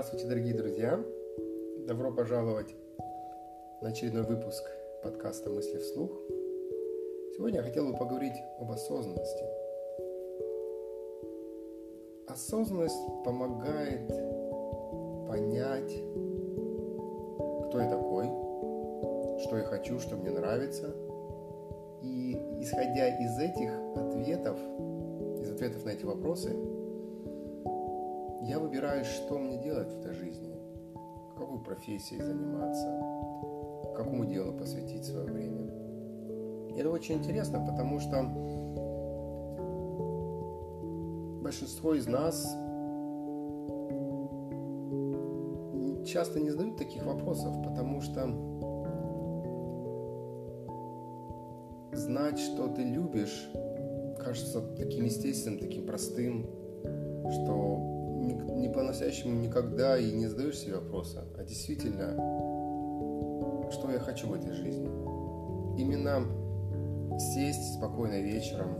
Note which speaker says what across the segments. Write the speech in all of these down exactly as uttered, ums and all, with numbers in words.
Speaker 1: Здравствуйте, дорогие друзья! Добро пожаловать на очередной выпуск подкаста «Мысли вслух». Сегодня я хотел бы поговорить об осознанности. Осознанность помогает понять, кто я такой, что я хочу, что мне нравится. И исходя из этих ответов, из ответов на эти вопросы, я выбираю, что мне делать в этой жизни, какой профессией заниматься, какому делу посвятить свое время. И это очень интересно, потому что большинство из нас часто не задают таких вопросов, потому что знать, что ты любишь, кажется таким естественным, таким простым, что не по-настоящему никогда и не задаешь себе вопроса, а действительно, что я хочу в этой жизни. Именно сесть спокойно вечером,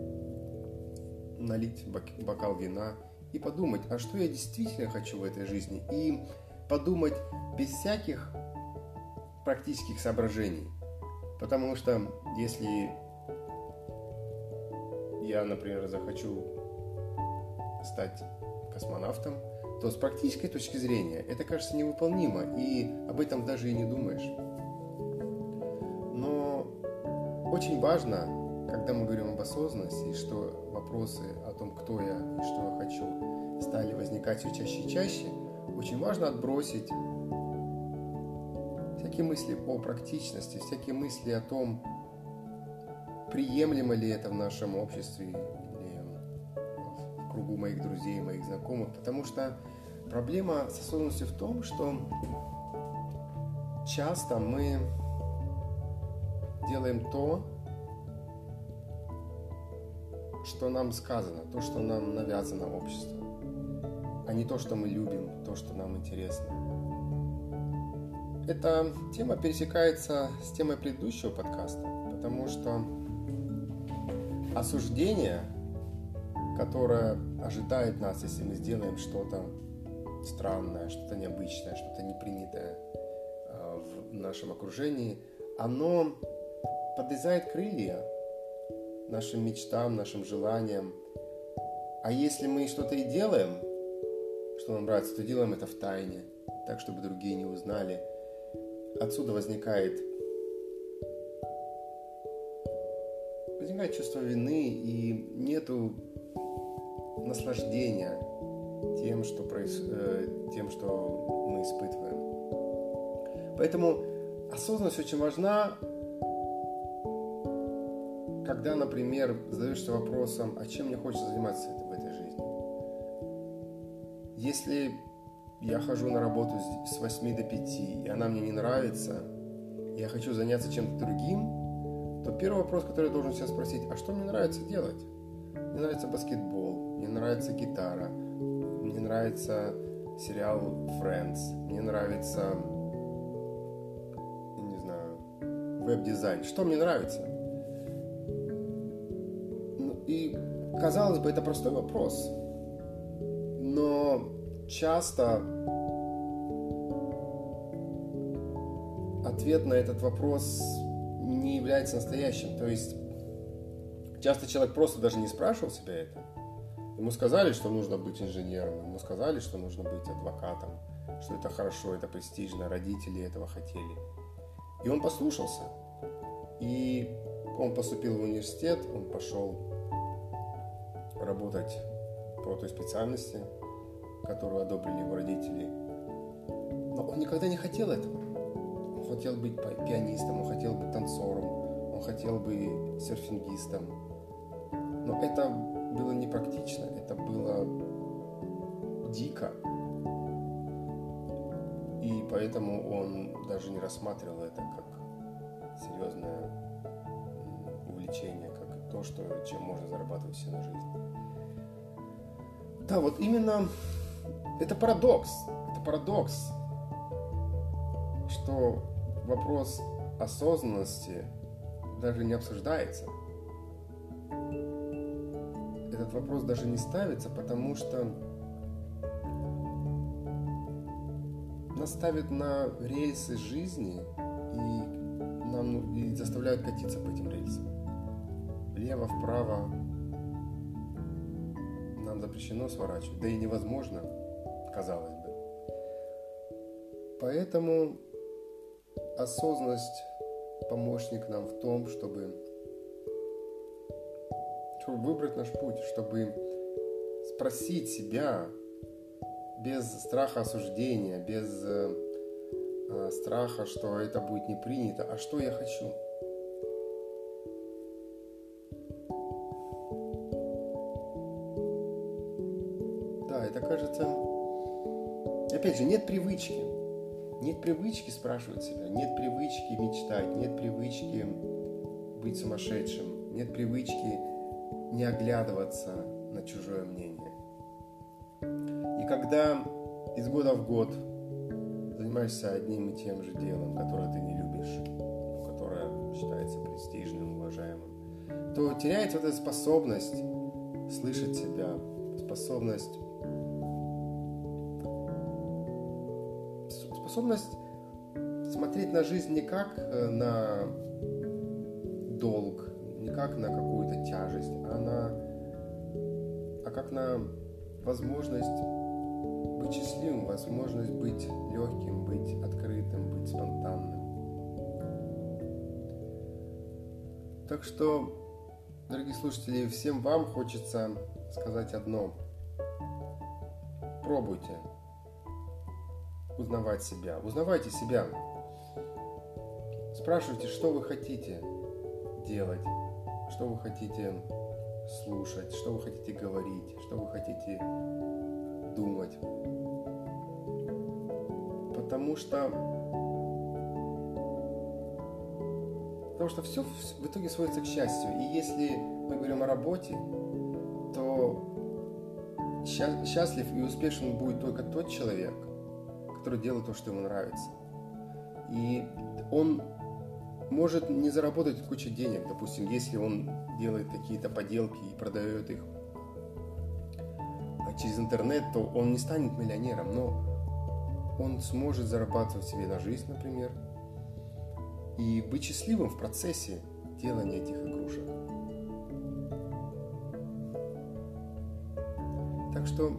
Speaker 1: налить бокал вина и подумать, а что я действительно хочу в этой жизни. И подумать без всяких практических соображений. Потому что если я, например, захочу стать космонавтом, то с практической точки зрения это кажется невыполнимо, и об этом даже и не думаешь. Но очень важно, когда мы говорим об осознанности, что вопросы о том, кто я и что я хочу, стали возникать все чаще и чаще, очень важно отбросить всякие мысли о практичности, всякие мысли о том, приемлемо ли это в нашем обществе, кругу моих друзей, моих знакомых, потому что проблема с осознанностью в том, что часто мы делаем то, что нам сказано, то, что нам навязано обществом, а не то, что мы любим, то, что нам интересно. Эта тема пересекается с темой предыдущего подкаста, потому что осуждение, которая ожидает нас, если мы сделаем что-то странное, что-то необычное, что-то непринятое в нашем окружении, оно подрезает крылья нашим мечтам, нашим желаниям. А если мы что-то и делаем, что нам нравится, то делаем это в тайне, так, чтобы другие не узнали. Отсюда возникает возникает чувство вины, и нету наслаждения тем, что, проис... тем, что мы испытываем. Поэтому осознанность очень важна, когда, например, задаешься вопросом, а чем мне хочется заниматься в этой жизни. Если я хожу на работу с восьми до пяти, и она мне не нравится, и я хочу заняться чем-то другим, то первый вопрос, который я должен себя спросить, а что мне нравится делать? Мне нравится баскетбол, мне нравится гитара, мне нравится сериал Friends, мне нравится, не знаю, веб-дизайн. Что мне нравится? И, казалось бы, это простой вопрос, но часто ответ на этот вопрос не является настоящим. То есть часто человек просто даже не спрашивал себя это. Ему сказали, что нужно быть инженером, ему сказали, что нужно быть адвокатом, что это хорошо, это престижно, родители этого хотели. И он послушался. И он поступил в университет, он пошел работать по той специальности, которую одобрили его родители. Но он никогда не хотел этого. Он хотел быть пианистом, он хотел быть танцором, он хотел быть серфингистом. Но это было непрактично, это было дико. И поэтому он даже не рассматривал это как серьезное увлечение, как то, что, чем можно зарабатывать себе на жизнь. Да, вот именно это парадокс. Это парадокс, что вопрос осознанности даже не обсуждается. Этот вопрос даже не ставится, потому что нас ставят на рельсы жизни и, нам, и заставляют катиться по этим рельсам. Влево, вправо нам запрещено сворачивать, да и невозможно, казалось бы. Поэтому осознанность помощник нам в том, чтобы, чтобы выбрать наш путь, чтобы спросить себя без страха осуждения, без э, страха, что это будет не принято, а что я хочу. Да, это кажется... Опять же, нет привычки. Нет привычки спрашивать себя, нет привычки мечтать, нет привычки быть сумасшедшим, нет привычки не оглядываться на чужое мнение. И когда из года в год занимаешься одним и тем же делом, которое ты не любишь, но которое считается престижным, уважаемым, то теряется вот эта способность слышать себя, способность способность смотреть на жизнь не как на долг, не как на какую-то тяжесть, а, на, а как на возможность быть счастливым, возможность быть легким, быть открытым, быть спонтанным. Так что, дорогие слушатели, всем вам хочется сказать одно. Пробуйте узнавать себя. Узнавайте себя. Спрашивайте, что вы хотите делать, что вы хотите слушать, что вы хотите говорить, что вы хотите думать. Потому что потому что все в итоге сводится к счастью. И если мы говорим о работе, то счастлив и успешен будет только тот человек, который делает то, что ему нравится. И он может не заработать кучу денег, допустим, если он делает какие-то поделки и продает их через интернет, то он не станет миллионером, но он сможет зарабатывать себе на жизнь, например, и быть счастливым в процессе делания этих игрушек. Так что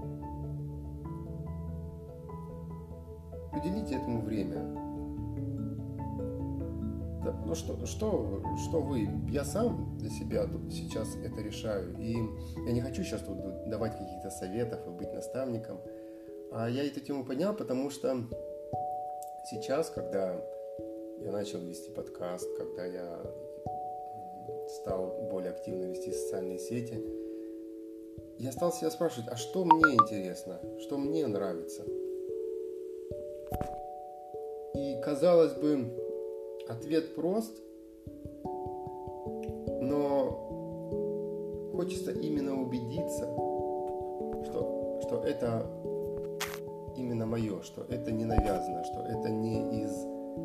Speaker 1: уделите этому время. Да, ну что, что, что вы? Я сам для себя сейчас это решаю. И я не хочу сейчас тут давать каких-то советов и быть наставником. А я эту тему поднял, потому что сейчас, когда я начал вести подкаст, когда я стал более активно вести социальные сети, я стал себя спрашивать, а что мне интересно, что мне нравится? И, казалось бы, ответ прост, но хочется именно убедиться, что, что это именно мое, что это не навязано, что это не из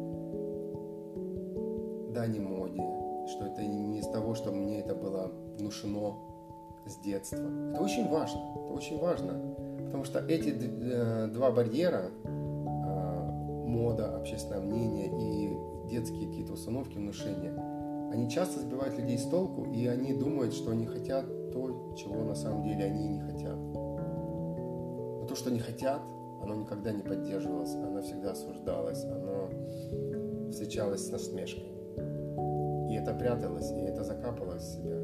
Speaker 1: дани моде, что это не из того, что мне это было внушено с детства. Это очень важно, это очень важно, потому что эти два барьера, мода, общественное мнение и детские какие-то установки, внушения, они часто сбивают людей с толку, и они думают, что они хотят то, чего на самом деле они не хотят. Но то, что они хотят, оно никогда не поддерживалось, оно всегда осуждалось, оно встречалось с насмешкой. И это пряталось, и это закапывалось в себя.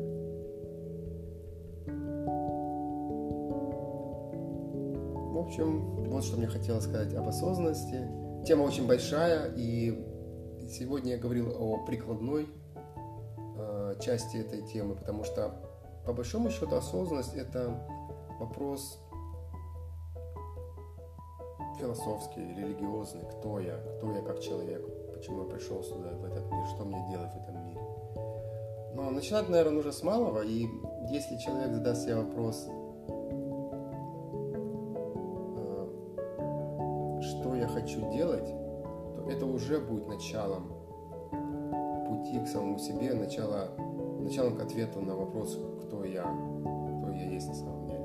Speaker 1: В общем, вот что мне хотелось сказать об осознанности. Тема очень большая, и сегодня я говорил о прикладной э, части этой темы, потому что, по большому счету, осознанность – это вопрос философский, религиозный. Кто я? Кто я как человек? Почему я пришел сюда, в этот мир? Что мне делать в этом мире? Но начинать, наверное, нужно с малого, и если человек задаст себе вопрос, что я хочу делать, то это уже будет началом пути к самому себе, начало, началом к ответу на вопрос, кто я, кто я есть на самом деле.